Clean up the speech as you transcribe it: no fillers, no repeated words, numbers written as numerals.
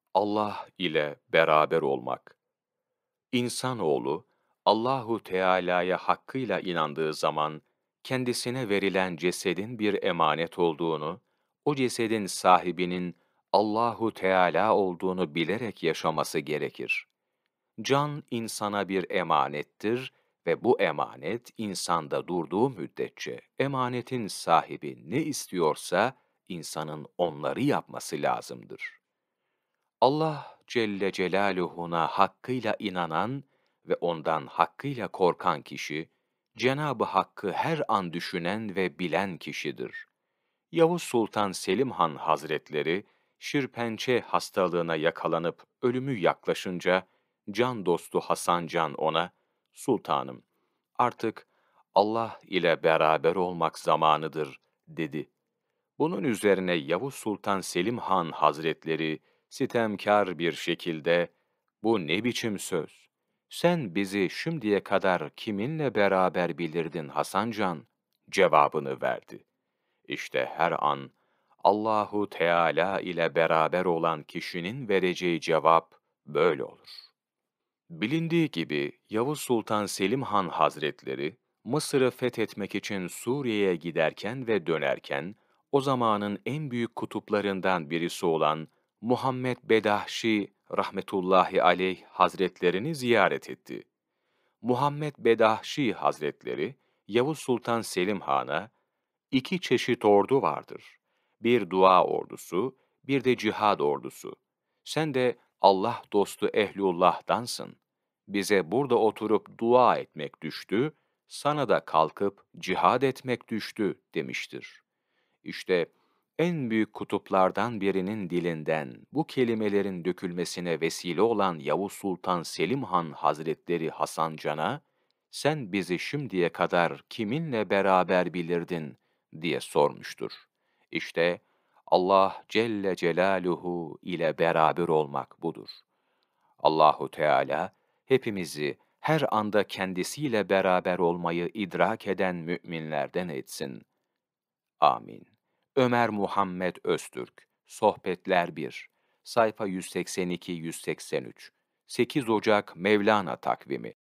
Allah ile beraber olmak. İnsanoğlu, Allahu Teala'ya hakkıyla inandığı zaman, kendisine verilen cesedin bir emanet olduğunu, o cesedin sahibinin Allahu Teala olduğunu bilerek yaşaması gerekir. Can insana bir emanettir ve bu emanet insanda durduğu müddetçe emanetin sahibi ne istiyorsa insanın onları yapması lazımdır. Allah Celle Celaluhu'na hakkıyla inanan ve ondan hakkıyla korkan kişi, Cenab-ı Hakk'ı her an düşünen ve bilen kişidir. Yavuz Sultan Selim Han Hazretleri, şirpençe hastalığına yakalanıp ölümü yaklaşınca, can dostu Hasan Can ona, "Sultanım, artık Allah ile beraber olmak zamanıdır," dedi. Bunun üzerine Yavuz Sultan Selim Han Hazretleri sitemkâr bir şekilde, "Bu ne biçim söz? Sen bizi şimdiye kadar kiminle beraber bilirdin Hasancan?" cevabını verdi. İşte her an Allahu Teala ile beraber olan kişinin vereceği cevap böyle olur. Bilindiği gibi Yavuz Sultan Selim Han Hazretleri, Mısır'ı fethetmek için Suriye'ye giderken ve dönerken, o zamanın en büyük kutuplarından birisi olan Muhammed Bedahşi rahmetullahi aleyh Hazretlerini ziyaret etti. Muhammed Bedahşi Hazretleri, Yavuz Sultan Selim Han'a, "İki çeşit ordu vardır. Bir dua ordusu, bir de cihad ordusu. Sen de Allah dostu Ehlullah'dansın. Bize burada oturup dua etmek düştü, sana da kalkıp cihad etmek düştü," demiştir. İşte en büyük kutuplardan birinin dilinden bu kelimelerin dökülmesine vesile olan Yavuz Sultan Selim Han Hazretleri Hasan Can'a, "Sen bizi şimdiye kadar kiminle beraber bilirdin?" diye sormuştur. İşte Allah Celle Celaluhu ile beraber olmak budur. Allahu Teala hepimizi her anda kendisiyle beraber olmayı idrak eden müminlerden etsin. Amin. Ömer Muhammed Öztürk, Sohbetler 1, sayfa 182-183, 8 Ocak Mevlana takvimi.